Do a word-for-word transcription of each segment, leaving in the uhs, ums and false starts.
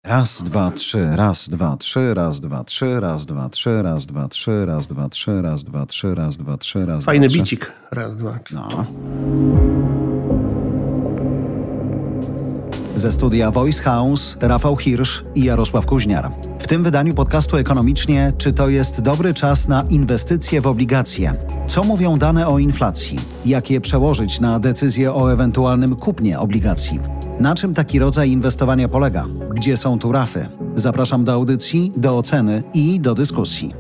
Raz, dwa, trzy, raz, dwa, trzy, raz, dwa, trzy, raz, dwa, trzy, raz, dwa, trzy, raz, dwa, trzy, raz, dwa, trzy, raz, dwa, trzy, raz, Fajny dwa, trzy. bicik. Raz, dwa, trzy. No. Ze studia Voice House Rafał Hirsch i Jarosław Kuźniar. W tym wydaniu podcastu Ekonomicznie, czy to jest dobry czas na inwestycje w obligacje? Co mówią dane o inflacji? Jak je przełożyć na decyzję o ewentualnym kupnie obligacji? Na czym taki rodzaj inwestowania polega? Gdzie są tu rafy? Zapraszam do audycji, do oceny i do dyskusji.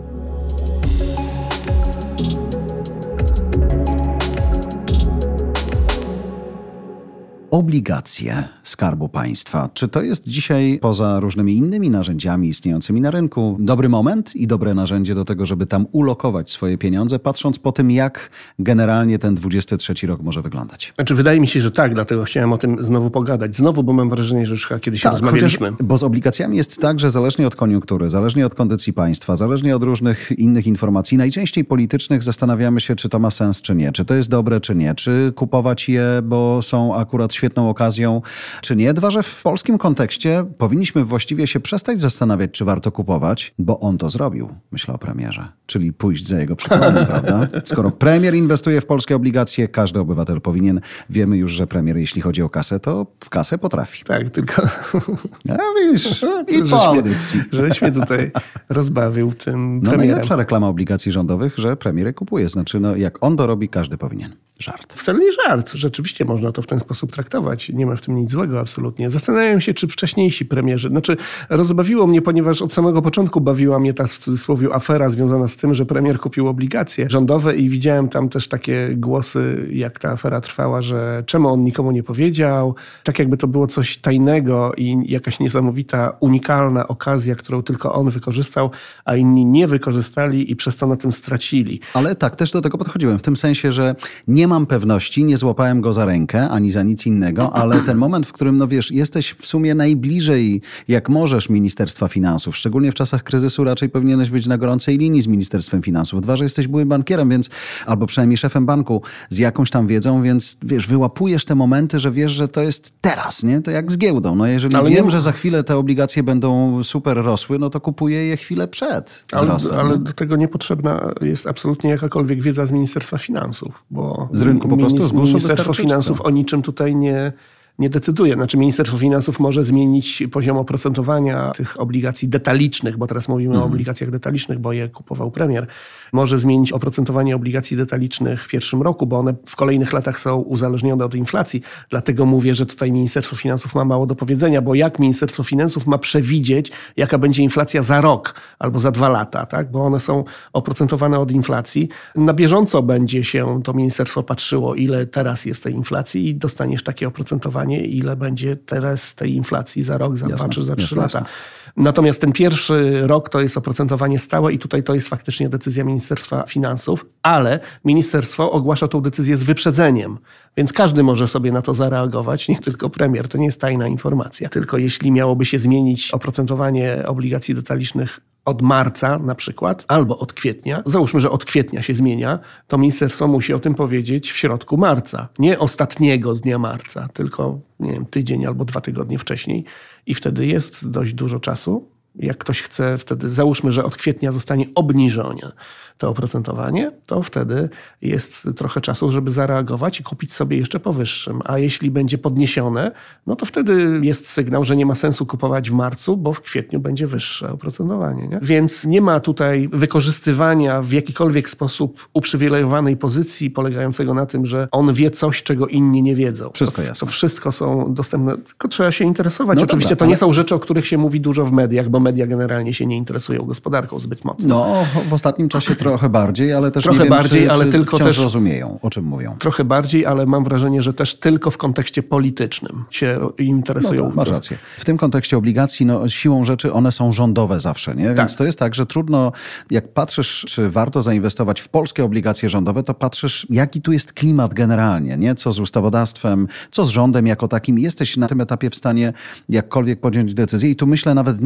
Obligacje Skarbu Państwa. Czy to jest dzisiaj, poza różnymi innymi narzędziami istniejącymi na rynku, dobry moment i dobre narzędzie do tego, żeby tam ulokować swoje pieniądze, patrząc po tym, jak generalnie ten dwudziesty trzeci rok może wyglądać? Znaczy, wydaje mi się, że tak, dlatego chciałem o tym znowu pogadać. Znowu, bo mam wrażenie, że już chyba kiedyś tak, rozmawialiśmy. Chociaż, bo z obligacjami jest tak, że zależnie od koniunktury, zależnie od kondycji państwa, zależnie od różnych innych informacji, najczęściej politycznych, zastanawiamy się, czy to ma sens, czy nie, czy to jest dobre, czy nie, czy kupować je, bo są akurat świetną okazją, czy nie. Dwa, że w polskim kontekście powinniśmy właściwie się przestać zastanawiać, czy warto kupować, bo on to zrobił, myślę o premierze. Czyli pójść za jego przykładem, prawda? Skoro premier inwestuje w polskie obligacje, każdy obywatel powinien. Wiemy już, że premier, jeśli chodzi o kasę, to w kasę potrafi. Tak, tylko... No wiesz, i po audycji. Żeś mnie tutaj rozbawił tym No premierem. najlepsza reklama obligacji rządowych, że premier je kupuje. Znaczy, no jak on to robi, każdy powinien. Żart. Wcale nie żart. Rzeczywiście można to w ten sposób traktować. Nie ma w tym nic złego absolutnie. Zastanawiam się, czy wcześniejsi premierzy... Znaczy, rozbawiło mnie, ponieważ od samego początku bawiła mnie ta w cudzysłowie afera związana z tym, że premier kupił obligacje rządowe i widziałem tam też takie głosy, jak ta afera trwała, że czemu on nikomu nie powiedział. Tak jakby to było coś tajnego i jakaś niesamowita, unikalna okazja, którą tylko on wykorzystał, a inni nie wykorzystali i przez to na tym stracili. Ale tak, też do tego podchodziłem. W tym sensie, że nie mam pewności, nie złapałem go za rękę, ani za nic innego, ale ten moment, w którym, no wiesz, jesteś w sumie najbliżej, jak możesz, Ministerstwa Finansów. Szczególnie w czasach kryzysu raczej powinieneś być na gorącej linii z Ministerstwem Finansów. Dwa, że jesteś byłym bankierem, więc, albo przynajmniej szefem banku z jakąś tam wiedzą, więc wiesz, wyłapujesz te momenty, że wiesz, że to jest teraz, nie? To jak z giełdą. No jeżeli ale wiem, nie... że za chwilę te obligacje będą super rosły, no to kupuję je chwilę przed wzrostem. Ale, ale do tego niepotrzebna jest absolutnie jakakolwiek wiedza z Ministerstwa Finansów, bo z rynku po prostu, z głosu Ministerstwo Finansów o niczym tutaj nie, nie decyduje. Znaczy Ministerstwo Finansów może zmienić poziom oprocentowania tych obligacji detalicznych, bo teraz mówimy mm. o obligacjach detalicznych, bo je kupował premier. Może zmienić oprocentowanie obligacji detalicznych w pierwszym roku, bo one w kolejnych latach są uzależnione od inflacji. Dlatego mówię, że tutaj Ministerstwo Finansów ma mało do powiedzenia, bo jak Ministerstwo Finansów ma przewidzieć, jaka będzie inflacja za rok albo za dwa lata, tak? Bo one są oprocentowane od inflacji. Na bieżąco będzie się to ministerstwo patrzyło, ile teraz jest tej inflacji i dostaniesz takie oprocentowanie, ile będzie teraz tej inflacji za rok, za jasne, dwa czy za trzy lata. Jasne. Natomiast ten pierwszy rok to jest oprocentowanie stałe i tutaj to jest faktycznie decyzja Ministerstwa Finansów, ale ministerstwo ogłasza tą decyzję z wyprzedzeniem, więc każdy może sobie na to zareagować, nie tylko premier. To nie jest tajna informacja. Tylko jeśli miałoby się zmienić oprocentowanie obligacji detalicznych od marca na przykład, albo od kwietnia, załóżmy, że od kwietnia się zmienia, to ministerstwo musi o tym powiedzieć w środku marca. Nie ostatniego dnia marca, tylko nie wiem, tydzień albo dwa tygodnie wcześniej i wtedy jest dość dużo czasu. Jak ktoś chce wtedy, załóżmy, że od kwietnia zostanie obniżone to oprocentowanie, to wtedy jest trochę czasu, żeby zareagować i kupić sobie jeszcze po wyższym. A jeśli będzie podniesione, no to wtedy jest sygnał, że nie ma sensu kupować w marcu, bo w kwietniu będzie wyższe oprocentowanie. Nie? Więc nie ma tutaj wykorzystywania w jakikolwiek sposób uprzywilejowanej pozycji polegającego na tym, że on wie coś, czego inni nie wiedzą. Wszystko to, jasne. To wszystko są dostępne, tylko trzeba się interesować. No Oczywiście dobra, to ale... nie są rzeczy, o których się mówi dużo w mediach, bo media generalnie się nie interesują gospodarką zbyt mocno. No, w ostatnim czasie trochę bardziej, ale też trochę nie wiem, bardziej, czy, ale czy tylko wciąż też rozumieją, o czym mówią. Trochę bardziej, ale mam wrażenie, że też tylko w kontekście politycznym się interesują. No to, masz rację. W tym kontekście obligacji, no, siłą rzeczy one są rządowe zawsze, nie? Więc tak. To jest tak, że trudno, jak patrzysz, czy warto zainwestować w polskie obligacje rządowe, to patrzysz, jaki tu jest klimat generalnie, nie? Co z ustawodawstwem, co z rządem jako takim. Jesteś na tym etapie w stanie jakkolwiek podjąć decyzję i tu myślę nawet nie o samych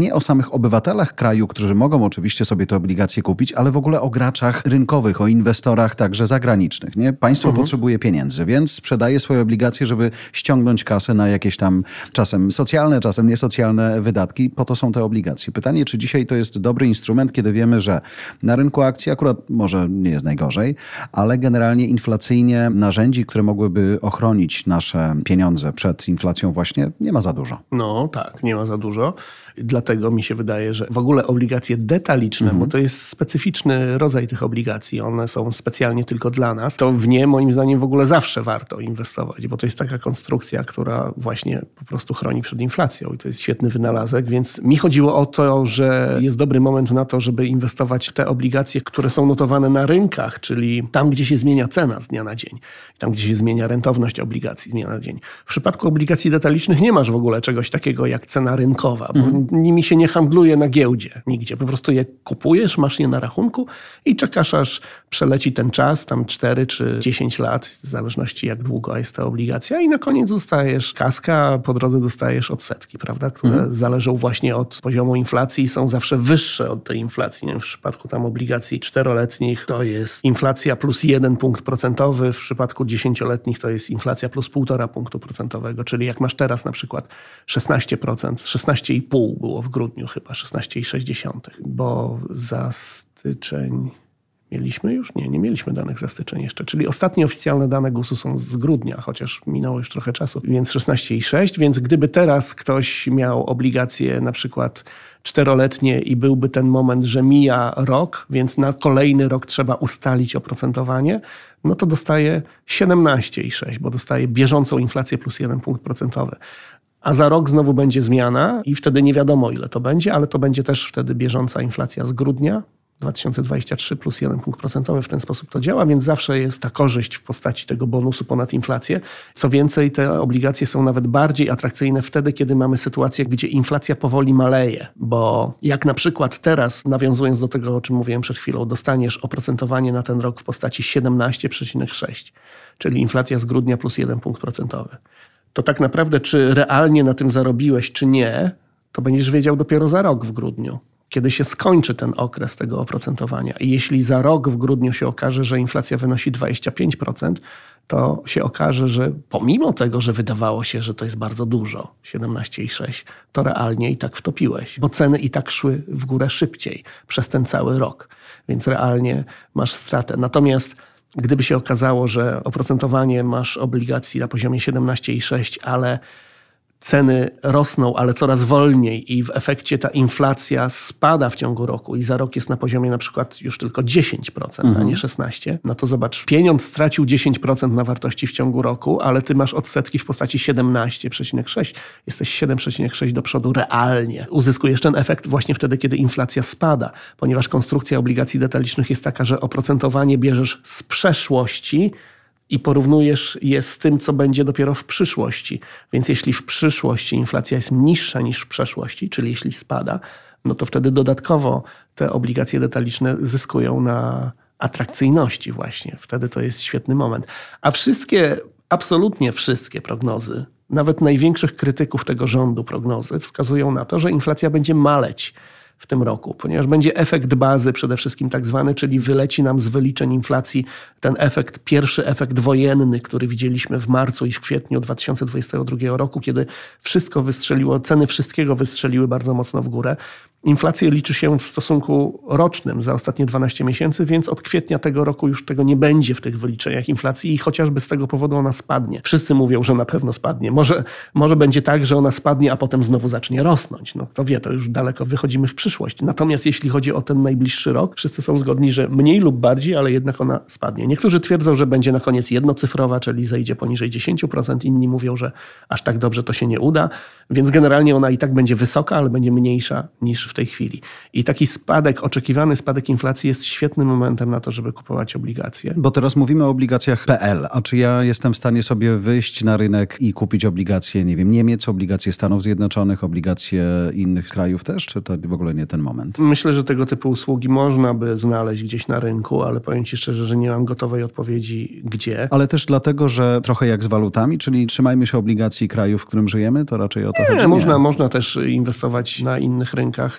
samych obywatelach kraju, którzy mogą oczywiście sobie te obligacje kupić, ale w ogóle o graczach rynkowych, o inwestorach także zagranicznych. Nie? Państwo mhm. potrzebuje pieniędzy, więc sprzedaje swoje obligacje, żeby ściągnąć kasę na jakieś tam czasem socjalne, czasem niesocjalne wydatki. Po to są te obligacje. Pytanie, czy dzisiaj to jest dobry instrument, kiedy wiemy, że na rynku akcji akurat może nie jest najgorzej, ale generalnie inflacyjnie narzędzi, które mogłyby ochronić nasze pieniądze przed inflacją właśnie, nie ma za dużo. No tak, nie ma za dużo. Dlatego mi się wydaje, że w ogóle obligacje detaliczne, mhm. bo to jest specyficzny rodzaj tych obligacji, one są specjalnie tylko dla nas, to w nie moim zdaniem w ogóle zawsze warto inwestować, bo to jest taka konstrukcja, która właśnie po prostu chroni przed inflacją i to jest świetny wynalazek, więc mi chodziło o to, że jest dobry moment na to, żeby inwestować w te obligacje, które są notowane na rynkach, czyli tam, gdzie się zmienia cena z dnia na dzień, tam, gdzie się zmienia rentowność obligacji z dnia na dzień. W przypadku obligacji detalicznych nie masz w ogóle czegoś takiego jak cena rynkowa, bo mhm. nimi się nie handluje na giełdzie, nigdzie. Po prostu je kupujesz, masz je na rachunku i czekasz, aż przeleci ten czas, tam cztery czy dziesięć lat, w zależności jak długo jest ta obligacja i na koniec dostajesz kaskę, a po drodze dostajesz odsetki, prawda, które mhm. zależą właśnie od poziomu inflacji i są zawsze wyższe od tej inflacji. Nie wiem, w przypadku tam obligacji czteroletnich to jest inflacja plus jeden punkt procentowy, w przypadku dziesięcioletnich to jest inflacja plus półtora punktu procentowego, czyli jak masz teraz na przykład szesnaście procent, szesnaście i pół było w grudniu chyba, szesnaście i sześć dziesiątych, bo za styczeń mieliśmy już? Nie, nie mieliśmy danych za styczeń jeszcze, czyli ostatnie oficjalne dane gusu są z grudnia, chociaż minęło już trochę czasu, więc szesnaście i sześć, więc gdyby teraz ktoś miał obligacje na przykład czteroletnie i byłby ten moment, że mija rok, więc na kolejny rok trzeba ustalić oprocentowanie, no to dostaje siedemnaście i sześć, bo dostaje bieżącą inflację plus jeden punkt procentowy. A za rok znowu będzie zmiana i wtedy nie wiadomo ile to będzie, ale to będzie też wtedy bieżąca inflacja z grudnia dwa tysiące dwudziestego trzeciego plus jeden punkt procentowy. W ten sposób to działa, więc zawsze jest ta korzyść w postaci tego bonusu ponad inflację. Co więcej, te obligacje są nawet bardziej atrakcyjne wtedy, kiedy mamy sytuację, gdzie inflacja powoli maleje. Bo jak na przykład teraz, nawiązując do tego, o czym mówiłem przed chwilą, dostaniesz oprocentowanie na ten rok w postaci siedemnaście przecinek sześć, czyli inflacja z grudnia plus jeden punkt procentowy. To tak naprawdę, czy realnie na tym zarobiłeś, czy nie, to będziesz wiedział dopiero za rok w grudniu, kiedy się skończy ten okres tego oprocentowania. I jeśli za rok w grudniu się okaże, że inflacja wynosi dwadzieścia pięć procent, to się okaże, że pomimo tego, że wydawało się, że to jest bardzo dużo, siedemnaście i sześć, to realnie i tak wtopiłeś, bo ceny i tak szły w górę szybciej przez ten cały rok, więc realnie masz stratę. Natomiast gdyby się okazało, że oprocentowanie masz obligacji na poziomie siedemnaście i sześć, ale ceny rosną, ale coraz wolniej i w efekcie ta inflacja spada w ciągu roku i za rok jest na poziomie na przykład już tylko dziesięć procent, mhm. a nie szesnaście procent, no to zobacz, pieniądz stracił dziesięć procent na wartości w ciągu roku, ale ty masz odsetki w postaci siedemnaście przecinek sześć. Jesteś siedem przecinek sześć do przodu realnie. Uzyskujesz ten efekt właśnie wtedy, kiedy inflacja spada, ponieważ konstrukcja obligacji detalicznych jest taka, że oprocentowanie bierzesz z przeszłości i porównujesz je z tym, co będzie dopiero w przyszłości. Więc jeśli w przyszłości inflacja jest niższa niż w przeszłości, czyli jeśli spada, no to wtedy dodatkowo te obligacje detaliczne zyskują na atrakcyjności właśnie. Wtedy to jest świetny moment. A wszystkie, absolutnie wszystkie prognozy, nawet największych krytyków tego rządu prognozy wskazują na to, że inflacja będzie maleć w tym roku, ponieważ będzie efekt bazy przede wszystkim tak zwany, czyli wyleci nam z wyliczeń inflacji ten efekt, pierwszy efekt wojenny, który widzieliśmy w marcu i w kwietniu dwa tysiące dwudziestego drugiego roku, kiedy wszystko wystrzeliło, ceny wszystkiego wystrzeliły bardzo mocno w górę. Inflacja liczy się w stosunku rocznym za ostatnie dwanaście miesięcy, więc od kwietnia tego roku już tego nie będzie w tych wyliczeniach inflacji i chociażby z tego powodu ona spadnie. Wszyscy mówią, że na pewno spadnie. Może, może będzie tak, że ona spadnie, a potem znowu zacznie rosnąć. No kto wie, to już daleko wychodzimy w przyszłość. Natomiast jeśli chodzi o ten najbliższy rok, wszyscy są zgodni, że mniej lub bardziej, ale jednak ona spadnie. Niektórzy twierdzą, że będzie na koniec jednocyfrowa, czyli zejdzie poniżej dziesięć procent. Inni mówią, że aż tak dobrze to się nie uda. Więc generalnie ona i tak będzie wysoka, ale będzie mniejsza niż w tej chwili. I taki spadek, oczekiwany spadek inflacji jest świetnym momentem na to, żeby kupować obligacje. Bo teraz mówimy o obligacjach P L. A czy ja jestem w stanie sobie wyjść na rynek i kupić obligacje, nie wiem, Niemiec, obligacje Stanów Zjednoczonych, obligacje innych krajów też? Czy to w ogóle nie ten moment? Myślę, że tego typu usługi można by znaleźć gdzieś na rynku, ale powiem ci szczerze, że nie mam gotowej odpowiedzi gdzie. Ale też dlatego, że trochę jak z walutami, czyli trzymajmy się obligacji kraju, w którym żyjemy, to raczej o to nie, chodzi? Nie, można, można też inwestować na innych rynkach.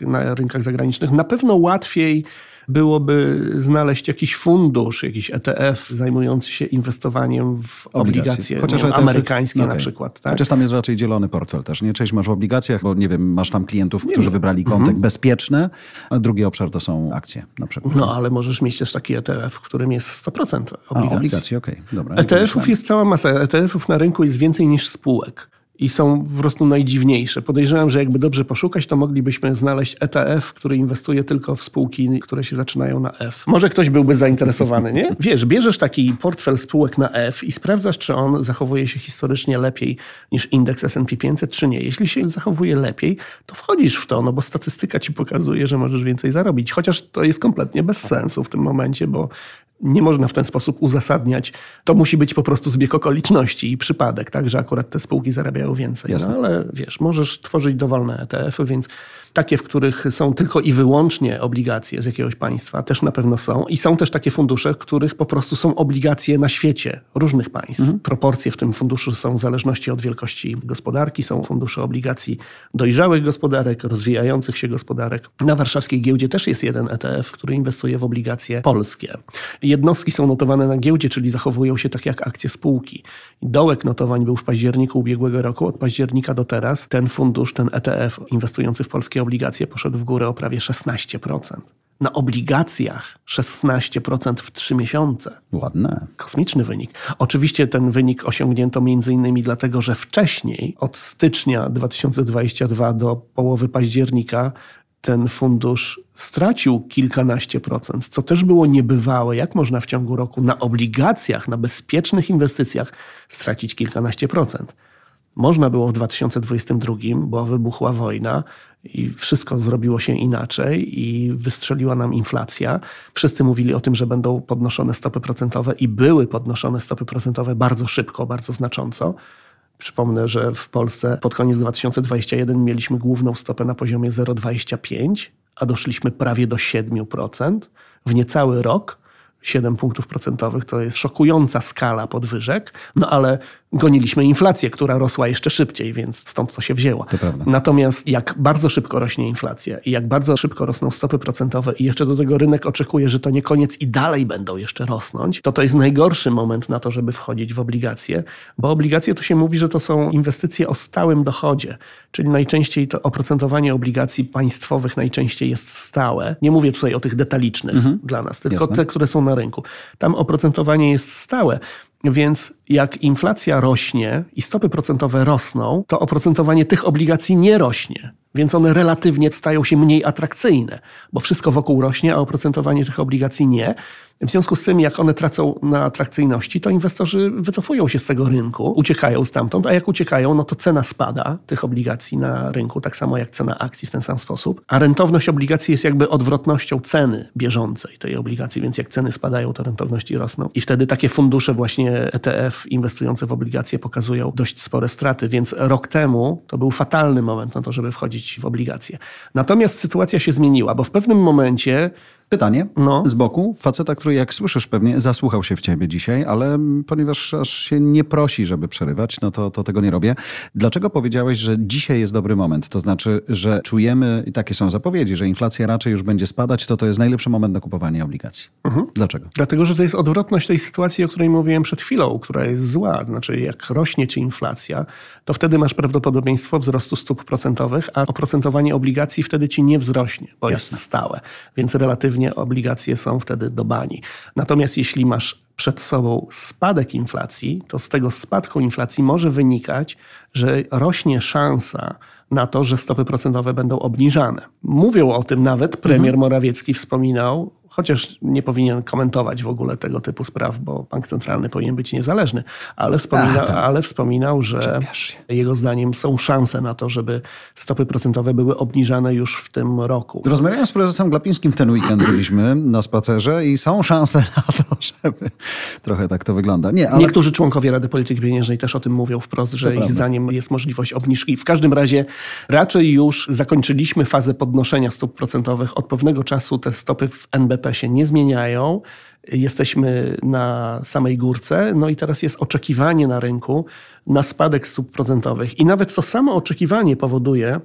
na rynkach zagranicznych. Na pewno łatwiej byłoby znaleźć jakiś fundusz, jakiś E T F zajmujący się inwestowaniem w obligacje, obligacje no, amerykańskie okay. na przykład. Tak? Chociaż tam jest raczej dzielony portfel też. Nie? Część masz w obligacjach, bo nie wiem, masz tam klientów, nie którzy wiem. wybrali kątek mhm. bezpieczny, a drugi obszar to są akcje na przykład. No ale możesz mieć też taki E T F, w którym jest sto procent obligacji. A, obligacji, okej. Okay. Dobra. E T F-ów jest cała masa. E T F-ów na rynku jest więcej niż spółek. I są po prostu najdziwniejsze. Podejrzewam, że jakby dobrze poszukać, to moglibyśmy znaleźć E T F, który inwestuje tylko w spółki, które się zaczynają na F. Może ktoś byłby zainteresowany, nie? Wiesz, bierzesz taki portfel spółek na F i sprawdzasz, czy on zachowuje się historycznie lepiej niż indeks S and P pięćset, czy nie. Jeśli się zachowuje lepiej, to wchodzisz w to, no bo statystyka ci pokazuje, że możesz więcej zarobić. Chociaż to jest kompletnie bez sensu w tym momencie, bo nie można w ten sposób uzasadniać. To musi być po prostu zbieg okoliczności i przypadek, tak, że akurat te spółki zarabiają więcej. No, ale wiesz, możesz tworzyć dowolne E T F-y, więc takie, w których są tylko i wyłącznie obligacje z jakiegoś państwa, też na pewno są. I są też takie fundusze, w których po prostu są obligacje na świecie różnych państw. Mhm. Proporcje w tym funduszu są w zależności od wielkości gospodarki. Są fundusze obligacji dojrzałych gospodarek, rozwijających się gospodarek. Na warszawskiej giełdzie też jest jeden E T F, który inwestuje w obligacje polskie. Jednostki są notowane na giełdzie, czyli zachowują się tak jak akcje spółki. Dołek notowań był w październiku ubiegłego roku. Od października do teraz ten fundusz, ten E T F inwestujący w polskie obligacje poszedł w górę o prawie szesnaście procent. Na obligacjach szesnaście procent w trzy miesiące. Ładne. Kosmiczny wynik. Oczywiście ten wynik osiągnięto między innymi dlatego, że wcześniej, od stycznia dwa tysiące dwudziestego drugiego do połowy października, ten fundusz stracił kilkanaście procent, co też było niebywałe. Jak można w ciągu roku na obligacjach, na bezpiecznych inwestycjach stracić kilkanaście procent? Można było w dwa tysiące dwudziestym drugim, bo wybuchła wojna i wszystko zrobiło się inaczej i wystrzeliła nam inflacja. Wszyscy mówili o tym, że będą podnoszone stopy procentowe i były podnoszone stopy procentowe bardzo szybko, bardzo znacząco. Przypomnę, że w Polsce pod koniec dwa tysiące dwudziestego pierwszego mieliśmy główną stopę na poziomie zero przecinek dwadzieścia pięć, a doszliśmy prawie do siedem procent w niecały rok. siedem punktów procentowych to jest szokująca skala podwyżek, no ale goniliśmy inflację, która rosła jeszcze szybciej, więc stąd to się wzięło. To prawda. Natomiast jak bardzo szybko rośnie inflacja i jak bardzo szybko rosną stopy procentowe i jeszcze do tego rynek oczekuje, że to nie koniec i dalej będą jeszcze rosnąć, to to jest najgorszy moment na to, żeby wchodzić w obligacje, bo obligacje to się mówi, że to są inwestycje o stałym dochodzie, czyli najczęściej to oprocentowanie obligacji państwowych najczęściej jest stałe. Nie mówię tutaj o tych detalicznych mhm. dla nas, tylko Jasne. te, które są na rynku. Tam oprocentowanie jest stałe. Więc jak inflacja rośnie i stopy procentowe rosną, to oprocentowanie tych obligacji nie rośnie. Więc one relatywnie stają się mniej atrakcyjne, bo wszystko wokół rośnie, a oprocentowanie tych obligacji nie. W związku z tym, jak one tracą na atrakcyjności, to inwestorzy wycofują się z tego rynku, uciekają stamtąd, a jak uciekają, no to cena spada tych obligacji na rynku, tak samo jak cena akcji w ten sam sposób. A rentowność obligacji jest jakby odwrotnością ceny bieżącej tej obligacji, więc jak ceny spadają, to rentowności rosną. I wtedy takie fundusze właśnie E T F inwestujące w obligacje pokazują dość spore straty, więc rok temu to był fatalny moment na to, żeby wchodzić w obligacje. Natomiast sytuacja się zmieniła, bo w pewnym momencie Pytanie no. z boku. Faceta, który jak słyszysz pewnie zasłuchał się w ciebie dzisiaj, ale ponieważ aż się nie prosi, żeby przerywać, no to, to tego nie robię. Dlaczego powiedziałeś, że dzisiaj jest dobry moment? To znaczy, że czujemy, i takie są zapowiedzi, że inflacja raczej już będzie spadać, to to jest najlepszy moment na kupowanie obligacji. Mhm. Dlaczego? Dlatego, że to jest odwrotność tej sytuacji, o której mówiłem przed chwilą, która jest zła. Znaczy, jak rośnie ci inflacja, to wtedy masz prawdopodobieństwo wzrostu stóp procentowych, a oprocentowanie obligacji wtedy ci nie wzrośnie, bo Jasne. jest stałe. Więc relatywnie obligacje są wtedy do bani. Natomiast jeśli masz przed sobą spadek inflacji, to z tego spadku inflacji może wynikać, że rośnie szansa na to, że stopy procentowe będą obniżane. Mówią o tym nawet, premier mhm. Morawiecki wspominał, chociaż nie powinien komentować w ogóle tego typu spraw, bo bank centralny powinien być niezależny, ale, wspomina, A, ale wspominał, że jego zdaniem są szanse na to, żeby stopy procentowe były obniżane już w tym roku. Rozmawiałem z prezesem Glapińskim w ten weekend, byliśmy na spacerze i są szanse na to, żeby trochę tak to wygląda. Nie, ale... Niektórzy członkowie Rady Polityki Pieniężnej też o tym mówią wprost, że to ich prawda. zdaniem jest możliwość obniżki. W każdym razie raczej już zakończyliśmy fazę podnoszenia stóp procentowych. Od pewnego czasu te stopy w N B P się nie zmieniają. Jesteśmy na samej górce, no i teraz jest oczekiwanie na rynku na spadek stóp procentowych. I nawet to samo oczekiwanie powoduje,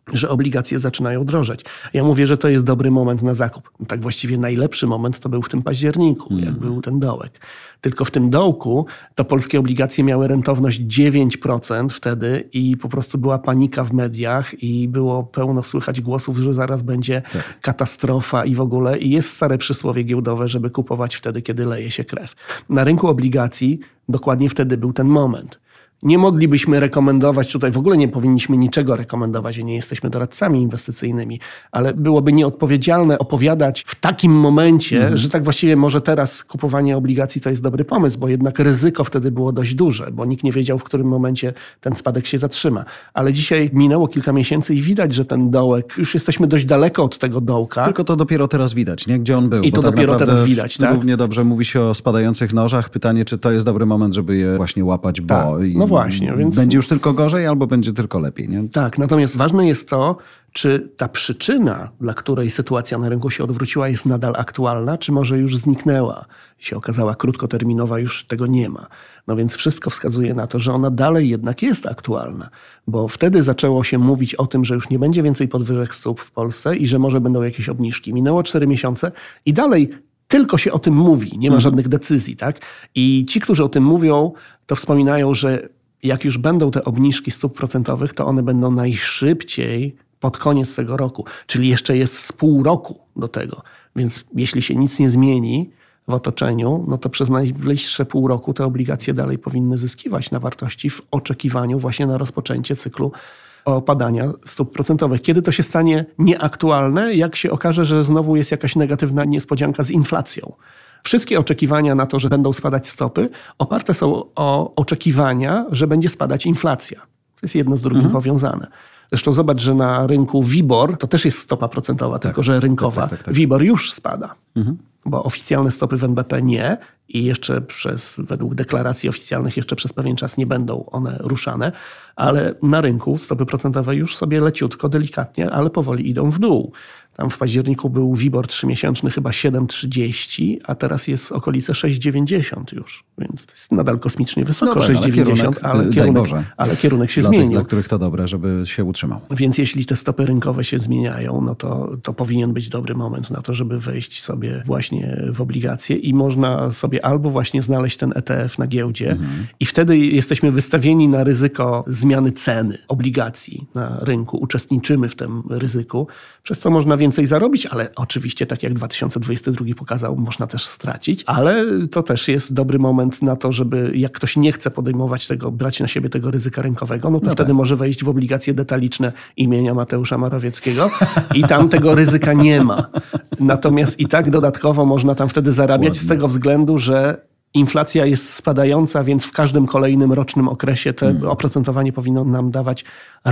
że obligacje zaczynają drożeć. Ja mówię, że to jest dobry moment na zakup. No tak właściwie najlepszy moment to był w tym październiku, mm. jak był ten dołek. Tylko w tym dołku to polskie obligacje miały rentowność dziewięć procent wtedy i po prostu była panika w mediach i było pełno słychać głosów, że zaraz będzie tak. katastrofa i w ogóle. I jest stare przysłowie giełdowe, żeby kupować wtedy, kiedy leje się krew. Na rynku obligacji dokładnie wtedy był ten moment. Nie moglibyśmy rekomendować, tutaj w ogóle nie powinniśmy niczego rekomendować, nie jesteśmy doradcami inwestycyjnymi, ale byłoby nieodpowiedzialne opowiadać w takim momencie, mm. że tak właściwie może teraz kupowanie obligacji to jest dobry pomysł, bo jednak ryzyko wtedy było dość duże, bo nikt nie wiedział, w którym momencie ten spadek się zatrzyma. Ale dzisiaj minęło kilka miesięcy i widać, że ten dołek, już jesteśmy dość daleko od tego dołka. Tylko to dopiero teraz widać, nie? Gdzie on był. I to bo dopiero tak teraz widać, tak? Równie dobrze mówi się o spadających nożach. Pytanie, czy to jest dobry moment, żeby je właśnie łapać, bo... Tak. No właśnie, więc... Będzie już tylko gorzej albo będzie tylko lepiej, nie? Tak, natomiast ważne jest to, czy ta przyczyna, dla której sytuacja na rynku się odwróciła, jest nadal aktualna, czy może już zniknęła, się okazała krótkoterminowa, już tego nie ma. No więc wszystko wskazuje na to, że ona dalej jednak jest aktualna, bo wtedy zaczęło się mówić o tym, że już nie będzie więcej podwyżek stóp w Polsce i że może będą jakieś obniżki. Minęło cztery miesiące i dalej tylko się o tym mówi, nie ma mhm. żadnych decyzji, tak? I ci, którzy o tym mówią, to wspominają, że jak już będą te obniżki stóp procentowych, to one będą najszybciej pod koniec tego roku. Czyli jeszcze jest z pół roku do tego. Więc jeśli się nic nie zmieni w otoczeniu, no to przez najbliższe pół roku te obligacje dalej powinny zyskiwać na wartości w oczekiwaniu właśnie na rozpoczęcie cyklu opadania stóp procentowych. Kiedy to się stanie nieaktualne? Jak się okaże, że znowu jest jakaś negatywna niespodzianka z inflacją. Wszystkie oczekiwania na to, że będą spadać stopy, oparte są o oczekiwania, że będzie spadać inflacja. To jest jedno z drugim mhm. powiązane. Zresztą zobacz, że na rynku WIBOR to też jest stopa procentowa, tak, tylko że rynkowa. Tak, tak, tak, tak. WIBOR już spada, mhm. bo oficjalne stopy w N B P nie i jeszcze przez, według deklaracji oficjalnych, jeszcze przez pewien czas nie będą one ruszane, ale na rynku stopy procentowe już sobie leciutko, delikatnie, ale powoli idą w dół. Tam w październiku był WIBOR trzymiesięczny chyba siedem trzydzieści, a teraz jest okolice sześć dziewięćdziesiąt już. Więc to jest nadal kosmicznie wysoko, Dobra, sześć dziewięćdziesiąt, ale, ale, kierunek, ale kierunek się dla zmienił. Tych, dla których to dobre, żeby się utrzymał. Więc jeśli te stopy rynkowe się zmieniają, no to, to powinien być dobry moment na to, żeby wejść sobie właśnie w obligacje i można sobie albo właśnie znaleźć ten E T F na giełdzie mhm. i wtedy jesteśmy wystawieni na ryzyko zmiany ceny obligacji na rynku. Uczestniczymy w tym ryzyku, przez co można więcej zarobić, ale oczywiście, tak jak dwa tysiące dwudziesty drugi pokazał, można też stracić, ale to też jest dobry moment na to, żeby jak ktoś nie chce podejmować tego, brać na siebie tego ryzyka rynkowego, no to no wtedy tak. może wejść w obligacje detaliczne imienia Mateusza Morawieckiego i tam tego ryzyka nie ma. Natomiast i tak dodatkowo można tam wtedy zarabiać Ładnie. z tego względu, że inflacja jest spadająca, więc w każdym kolejnym rocznym okresie to hmm. oprocentowanie powinno nam dawać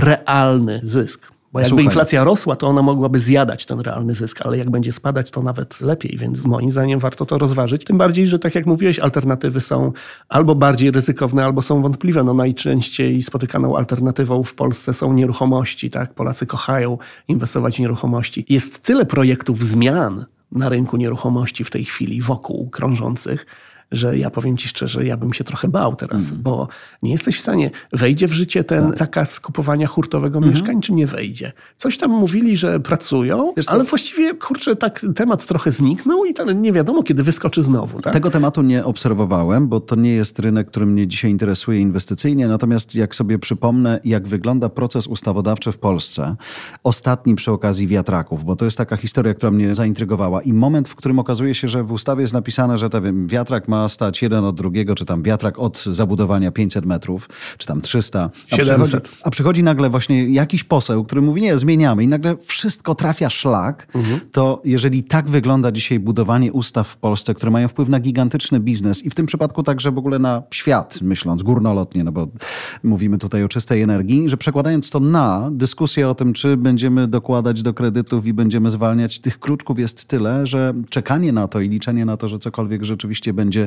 realny zysk. Bo jakby Słuchaj. inflacja rosła, to ona mogłaby zjadać ten realny zysk, ale jak będzie spadać, to nawet lepiej, więc moim zdaniem warto to rozważyć. Tym bardziej, że tak jak mówiłeś, alternatywy są albo bardziej ryzykowne, albo są wątpliwe. No najczęściej spotykaną alternatywą w Polsce są nieruchomości, tak? Polacy kochają inwestować w nieruchomości. Jest tyle projektów zmian na rynku nieruchomości w tej chwili wokół krążących, że ja powiem ci szczerze, ja bym się trochę bał teraz, mm. bo nie jesteś w stanie, wejdzie w życie ten tak. zakaz kupowania hurtowego mm. mieszkań, czy nie wejdzie? Coś tam mówili, że pracują, Wiesz ale co? właściwie, kurczę, tak temat trochę zniknął i tam nie wiadomo, kiedy wyskoczy znowu. Tak? Tego tematu nie obserwowałem, bo to nie jest rynek, który mnie dzisiaj interesuje inwestycyjnie, natomiast jak sobie przypomnę, jak wygląda proces ustawodawczy w Polsce, ostatni przy okazji wiatraków, bo to jest taka historia, która mnie zaintrygowała i moment, w którym okazuje się, że w ustawie jest napisane, że ten wiatrak ma stać jeden od drugiego, czy tam wiatrak od zabudowania pięćset metrów, czy tam trzysta. A siedemset. Przy, a przychodzi nagle właśnie jakiś poseł, który mówi, nie, zmieniamy i nagle wszystko trafia szlak, mhm. to jeżeli tak wygląda dzisiaj budowanie ustaw w Polsce, które mają wpływ na gigantyczny biznes i w tym przypadku także w ogóle na świat, myśląc górnolotnie, no bo mówimy tutaj o czystej energii, że przekładając to na dyskusję o tym, czy będziemy dokładać do kredytów i będziemy zwalniać, tych kruczków jest tyle, że czekanie na to i liczenie na to, że cokolwiek rzeczywiście będzie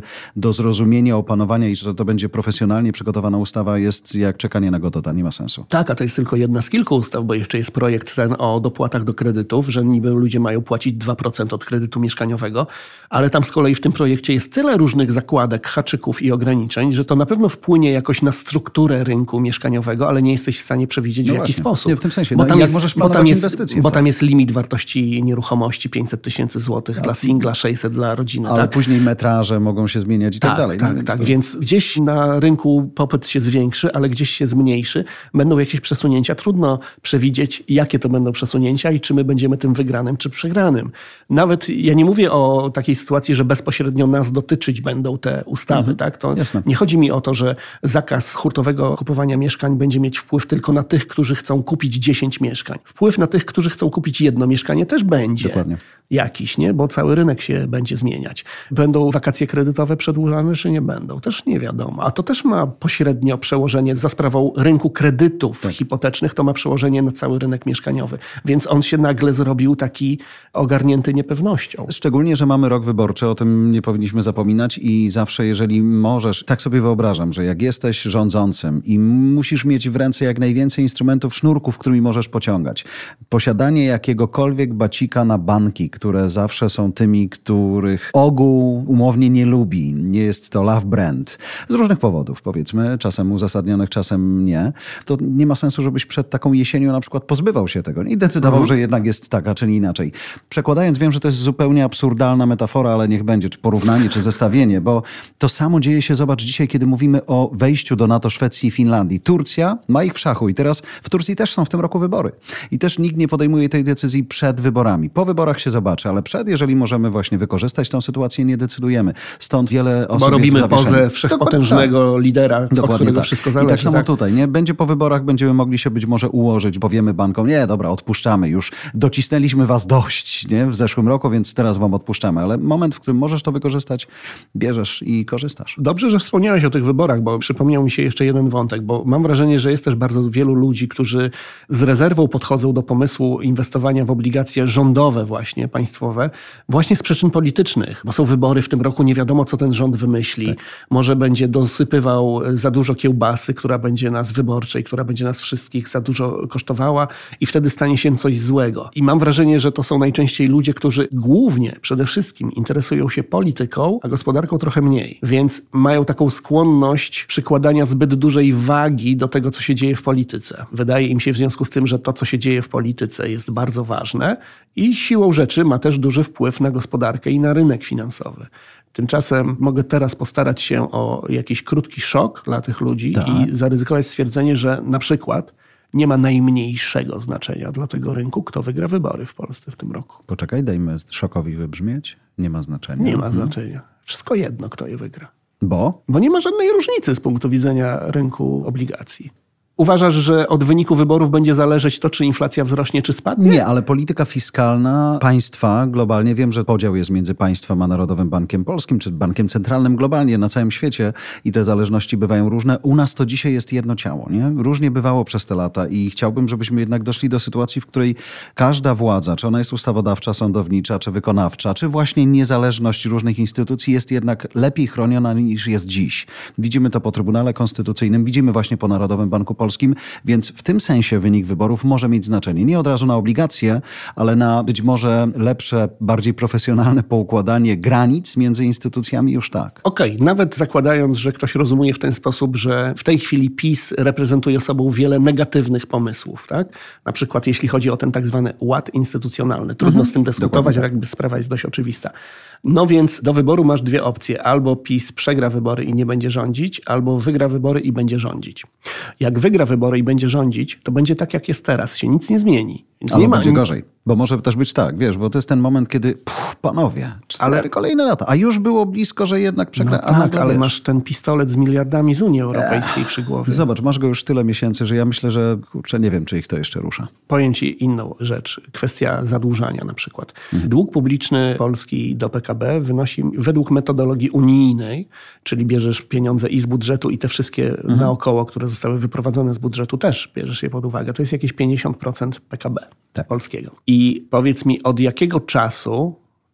do zrozumienia, opanowania i że to będzie profesjonalnie przygotowana ustawa jest jak czekanie na Godota, nie ma sensu. Tak, a to jest tylko jedna z kilku ustaw, bo jeszcze jest projekt ten o dopłatach do kredytów, że niby ludzie mają płacić dwa procent od kredytu mieszkaniowego, ale tam z kolei w tym projekcie jest tyle różnych zakładek, haczyków i ograniczeń, że to na pewno wpłynie jakoś na strukturę rynku mieszkaniowego, ale nie jesteś w stanie przewidzieć no w jaki właśnie. sposób. Nie, w tym sensie. Bo No tam jak jest, możesz bo tam planować jest, inwestycje? bo tam jest limit wartości nieruchomości pięćset tysięcy złotych dla singla, sześćset dla rodziny. Ale tak? później metraże mogą się zmieniać i tak, Tak, dalej. tak, no, więc tak. to... Więc gdzieś na rynku popyt się zwiększy, ale gdzieś się zmniejszy. Będą jakieś przesunięcia. Trudno przewidzieć, jakie to będą przesunięcia i czy my będziemy tym wygranym, czy przegranym. Nawet ja nie mówię o takiej sytuacji, że bezpośrednio nas dotyczyć będą te ustawy. Mhm. Tak? To Jasne. nie chodzi mi o to, że zakaz hurtowego kupowania mieszkań będzie mieć wpływ tylko na tych, którzy chcą kupić dziesięć mieszkań. Wpływ na tych, którzy chcą kupić jedno mieszkanie też będzie. Dokładnie. Jakiś, nie? Bo cały rynek się będzie zmieniać. Będą wakacje kredytowe przedłużane, czy nie będą? Też nie wiadomo. A to też ma pośrednio przełożenie za sprawą rynku kredytów tak. hipotecznych, to ma przełożenie na cały rynek mieszkaniowy. Więc on się nagle zrobił taki ogarnięty niepewnością. Szczególnie, że mamy rok wyborczy, o tym nie powinniśmy zapominać i zawsze, jeżeli możesz, tak sobie wyobrażam, że jak jesteś rządzącym i musisz mieć w ręce jak najwięcej instrumentów, sznurków, którymi możesz pociągać. Posiadanie jakiegokolwiek bacika na banki, które zawsze są tymi, których ogół umownie nie lubi. Nie jest to love brand. Z różnych powodów, powiedzmy, czasem uzasadnionych, czasem nie. To nie ma sensu, żebyś przed taką jesienią na przykład pozbywał się tego i decydował, mhm. że jednak jest tak, a czy inaczej. Przekładając, wiem, że to jest zupełnie absurdalna metafora, ale niech będzie, czy porównanie, czy zestawienie, bo to samo dzieje się, zobacz, dzisiaj, kiedy mówimy o wejściu do NATO Szwecji i Finlandii. Turcja ma ich w szachu i teraz w Turcji też są w tym roku wybory. I też nikt nie podejmuje tej decyzji przed wyborami. Po wyborach się zobaczy, ale przed, jeżeli możemy właśnie wykorzystać tę sytuację, nie decydujemy. Stąd wiele osób Bo robimy jest pozę wszechpotężnego tak. lidera, Dokładnie od którego tak. wszystko zależy. I tak samo tak? tutaj, nie? Będzie po wyborach, będziemy mogli się być może ułożyć, powiemy bankom, nie, dobra, odpuszczamy już, docisnęliśmy was dość, nie? W zeszłym roku, więc teraz wam odpuszczamy. Ale moment, w którym możesz to wykorzystać, bierzesz i korzystasz. Dobrze, że wspomniałeś o tych wyborach, bo przypomniał mi się jeszcze jeden wątek, bo mam wrażenie, że jest też bardzo wielu ludzi, którzy z rezerwą podchodzą do pomysłu inwestowania w obligacje rządowe właśnie, państwowe, właśnie z przyczyn politycznych, bo są wybory w tym roku, nie wiadomo, co ten rząd wymyśli. Tak. Może będzie dosypywał za dużo kiełbasy, która będzie nas wyborczej, która będzie nas wszystkich za dużo kosztowała i wtedy stanie się coś złego. I mam wrażenie, że to są najczęściej ludzie, którzy głównie, przede wszystkim interesują się polityką, a gospodarką trochę mniej. Więc mają taką skłonność przykładania zbyt dużej wagi do tego, co się dzieje w polityce. Wydaje im się w związku z tym, że to, co się dzieje w polityce, jest bardzo ważne i siłą rzeczy ma też duży wpływ na gospodarkę i na rynek finansowy. Tymczasem mogę teraz postarać się o jakiś krótki szok dla tych ludzi tak. i zaryzykować stwierdzenie, że na przykład nie ma najmniejszego znaczenia dla tego rynku, kto wygra wybory w Polsce w tym roku. Poczekaj, dajmy szokowi wybrzmieć. Nie ma znaczenia. Nie ma hmm. znaczenia. Wszystko jedno, kto je wygra. Bo? Bo nie ma żadnej różnicy z punktu widzenia rynku obligacji. Uważasz, że od wyniku wyborów będzie zależeć to, czy inflacja wzrośnie, czy spadnie? Nie, ale polityka fiskalna państwa globalnie, wiem, że podział jest między państwem a Narodowym Bankiem Polskim, czy Bankiem Centralnym globalnie na całym świecie i te zależności bywają różne. U nas to dzisiaj jest jedno ciało, nie? Różnie bywało przez te lata i chciałbym, żebyśmy jednak doszli do sytuacji, w której każda władza, czy ona jest ustawodawcza, sądownicza, czy wykonawcza, czy właśnie niezależność różnych instytucji jest jednak lepiej chroniona niż jest dziś. Widzimy to po Trybunale Konstytucyjnym, widzimy właśnie po Narodowym Banku Polskim, więc w tym sensie wynik wyborów może mieć znaczenie. Nie od razu na obligacje, ale na być może lepsze, bardziej profesjonalne poukładanie granic między instytucjami już tak. Okej, okay, nawet zakładając, że ktoś rozumie w ten sposób, że w tej chwili PiS reprezentuje sobą wiele negatywnych pomysłów, tak? Na przykład jeśli chodzi o ten tak zwany ład instytucjonalny. Trudno mhm, z tym dyskutować, ale jakby sprawa jest dość oczywista. No więc do wyboru masz dwie opcje. Albo PiS przegra wybory i nie będzie rządzić, albo wygra wybory i będzie rządzić. Jak wygra wybory i będzie rządzić, to będzie tak, jak jest teraz. Się nic nie zmieni. Więc albo nie ma... będzie gorzej. Bo może też być tak, wiesz, bo to jest ten moment, kiedy pff, panowie, cztery ale... kolejne lata, a już było blisko, że jednak przegra. No tak, ale wiesz, masz ten pistolet z miliardami z Unii Europejskiej Ech, przy głowie. Zobacz, masz go już tyle miesięcy, że ja myślę, że kurczę, nie wiem, czy ich to jeszcze rusza. Powiem ci inną rzecz. Kwestia zadłużania na przykład. Mhm. Dług publiczny Polski do P K B wynosi według metodologii unijnej, czyli bierzesz pieniądze i z budżetu i te wszystkie mhm. naokoło, które zostały wyprowadzone z budżetu, też bierzesz je pod uwagę. To jest jakieś pięćdziesiąt procent P K B tak. polskiego. I powiedz mi, od jakiego czasu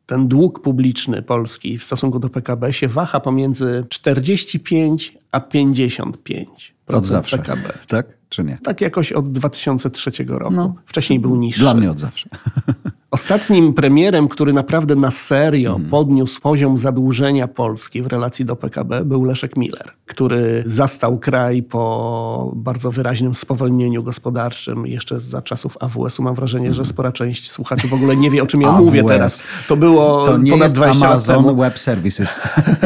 ten dług publiczny Polski w stosunku do P K B się waha pomiędzy czterdzieści pięć a pięćdziesiąt pięć procent od zawsze, P K B. Tak czy nie? Tak jakoś od dwa tysiące trzeciego roku. No. Wcześniej był niższy. Dla mnie od zawsze. Ostatnim premierem, który naprawdę na serio hmm. podniósł poziom zadłużenia Polski w relacji do P K B, był Leszek Miller, który zastał kraj po bardzo wyraźnym spowolnieniu gospodarczym jeszcze za czasów A W S u. Mam wrażenie, hmm. że spora część słuchaczy w ogóle nie wie, o czym ja mówię teraz. To było to nie ponad jest dwadzieścia lat temu. Web Services.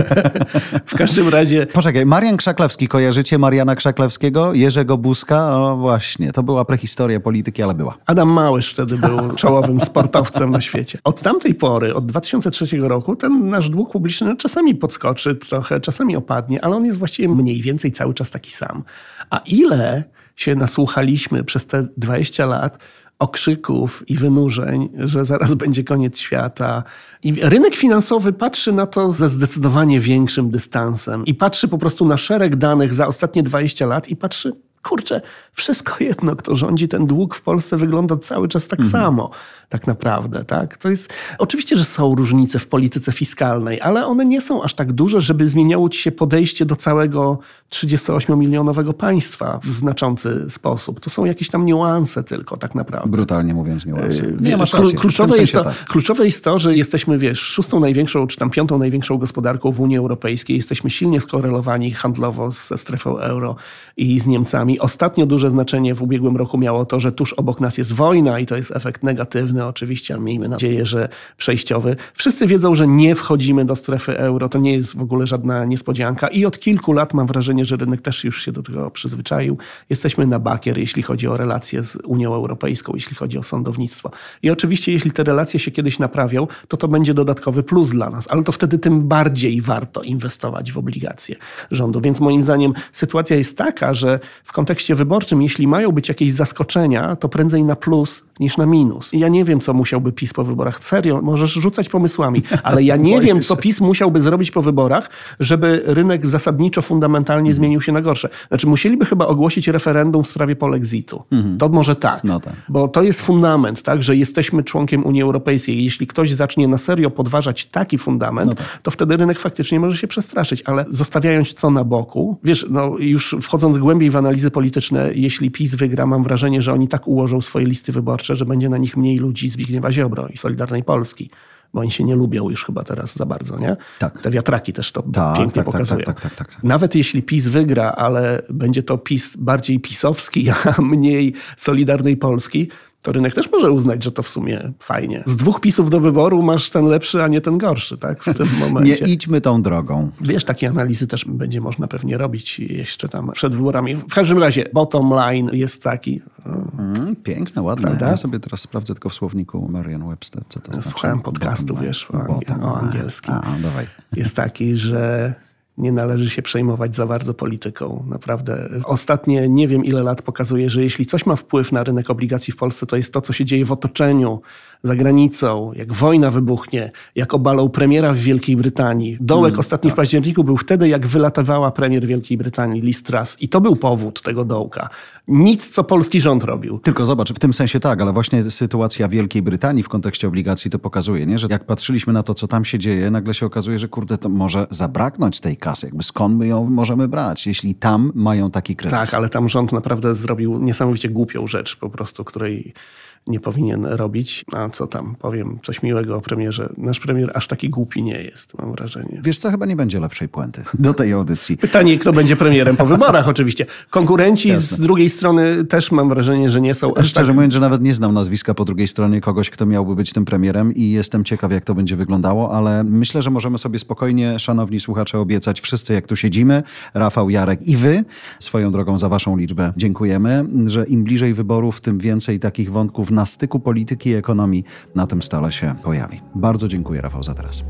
W każdym razie... Poczekaj, Marian Krzaklewski, kojarzycie Mariana Krzaklewskiego? Jerzego Buzka? O właśnie, to była prehistoria polityki, ale była. Adam Małysz wtedy był czołowym sportowcem na świecie. Od tamtej pory, od dwa tysiące trzeciego roku, ten nasz dług publiczny czasami podskoczy trochę, czasami opadnie, ale on jest właściwie mniej więcej cały czas taki sam. A ile się nasłuchaliśmy przez te dwadzieścia lat okrzyków i wynurzeń, że zaraz będzie koniec świata. I rynek finansowy patrzy na to ze zdecydowanie większym dystansem i patrzy po prostu na szereg danych za ostatnie dwadzieścia lat i patrzy, kurczę, wszystko jedno, kto rządzi, ten dług w Polsce wygląda cały czas tak mhm. samo, tak naprawdę. Tak? To jest, oczywiście, że są różnice w polityce fiskalnej, ale one nie są aż tak duże, żeby zmieniało ci się podejście do całego trzydziestoośmiomilionowego państwa w znaczący sposób. To są jakieś tam niuanse tylko, tak naprawdę. Brutalnie mówiąc niuanse. Nie, masz rację. Kluczowe, jest to, tak. kluczowe jest to, że jesteśmy, wiesz, szóstą największą, czy tam piątą największą gospodarką w Unii Europejskiej. Jesteśmy silnie skorelowani handlowo ze strefą euro i z Niemcami. Ostatnio duże znaczenie w ubiegłym roku miało to, że tuż obok nas jest wojna i to jest efekt negatywny oczywiście, ale miejmy nadzieję, że przejściowy. Wszyscy wiedzą, że nie wchodzimy do strefy euro. To nie jest w ogóle żadna niespodzianka i od kilku lat mam wrażenie, że rynek też już się do tego przyzwyczaił. Jesteśmy na bakier, jeśli chodzi o relacje z Unią Europejską, jeśli chodzi o sądownictwo. I oczywiście, jeśli te relacje się kiedyś naprawią, to to będzie dodatkowy plus dla nas, ale to wtedy tym bardziej warto inwestować w obligacje rządu. Więc moim zdaniem sytuacja jest taka, że w kontekście wyborczym, jeśli mają być jakieś zaskoczenia, to prędzej na plus niż na minus. I ja nie wiem, co musiałby PiS po wyborach. Serio, możesz rzucać pomysłami, ale ja nie wiem, co PiS musiałby zrobić po wyborach, żeby rynek zasadniczo, fundamentalnie mhm. zmienił się na gorsze. Znaczy, musieliby chyba ogłosić referendum w sprawie polexitu. Mhm. To może tak, no tak, bo to jest fundament, tak, że jesteśmy członkiem Unii Europejskiej. Jeśli ktoś zacznie na serio podważać taki fundament, no tak. to wtedy rynek faktycznie może się przestraszyć, ale zostawiając co na boku, wiesz, no już wchodząc głębiej w analizy polityczne, jeśli PiS wygra, mam wrażenie, że oni tak ułożą swoje listy wyborcze, że będzie na nich mniej ludzi Zbigniewa Ziobro i Solidarnej Polski. Bo oni się nie lubią już chyba teraz za bardzo, nie? Tak. Te wiatraki też to tak, pięknie tak, pokazują. Tak, tak, tak, tak, tak. Nawet jeśli PiS wygra, ale będzie to PiS bardziej pisowski, a mniej Solidarnej Polski, to rynek też może uznać, że to w sumie fajnie. Z dwóch PiSów do wyboru masz ten lepszy, a nie ten gorszy, tak? W tym momencie. Nie idźmy tą drogą. Wiesz, takie analizy też będzie można pewnie robić jeszcze tam przed wyborami. W każdym razie bottom line jest taki. Mm, piękne, ładne. Prawda? Ja sobie teraz sprawdzę tylko w słowniku Merriam-Webster, co to znaczy. Słuchałem podcastu, bottom wiesz, o, o angielskim. A, dawaj. Jest taki, że nie należy się przejmować za bardzo polityką. Naprawdę. Ostatnie nie wiem ile lat pokazuje, że jeśli coś ma wpływ na rynek obligacji w Polsce, to jest to, co się dzieje w otoczeniu, za granicą, jak wojna wybuchnie, jak obalą premiera w Wielkiej Brytanii. Dołek hmm, ostatni tak. w październiku był wtedy, jak wylatywała premier Wielkiej Brytanii, Liz Truss. I to był powód tego dołka. Nic, co polski rząd robił. Tylko zobacz, w tym sensie tak, ale właśnie sytuacja Wielkiej Brytanii w kontekście obligacji to pokazuje, nie? Że jak patrzyliśmy na to, co tam się dzieje, nagle się okazuje, że kurde, to może zabraknąć tej kasy. Jakby skąd my ją możemy brać, jeśli tam mają taki kryzys? Tak, ale tam rząd naprawdę zrobił niesamowicie głupią rzecz po prostu, której nie powinien robić. A co tam, powiem coś miłego o premierze. Nasz premier aż taki głupi nie jest, mam wrażenie. Wiesz co, chyba nie będzie lepszej puenty do tej audycji. Pytanie, kto będzie premierem po wyborach oczywiście. Konkurenci Jasne. z drugiej strony też mam wrażenie, że nie są aż Szczerze tak... mówiąc, że nawet nie znam nazwiska po drugiej stronie kogoś, kto miałby być tym premierem i jestem ciekaw, jak to będzie wyglądało, ale myślę, że możemy sobie spokojnie, szanowni słuchacze, obiecać wszyscy, jak tu siedzimy, Rafał, Jarek i wy, swoją drogą za waszą liczbę dziękujemy, że im bliżej wyborów, tym więcej takich wątków na styku polityki i ekonomii na tym stole się pojawi. Bardzo dziękuję, Rafał, za teraz.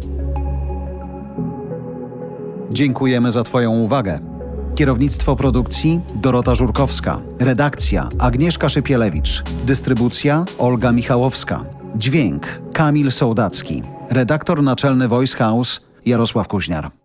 Dziękujemy za twoją uwagę. Kierownictwo produkcji Dorota Żurkowska. Redakcja Agnieszka Szypielewicz. Dystrybucja Olga Michałowska. Dźwięk Kamil Sołdacki. Redaktor naczelny Voice House Jarosław Kuźniar.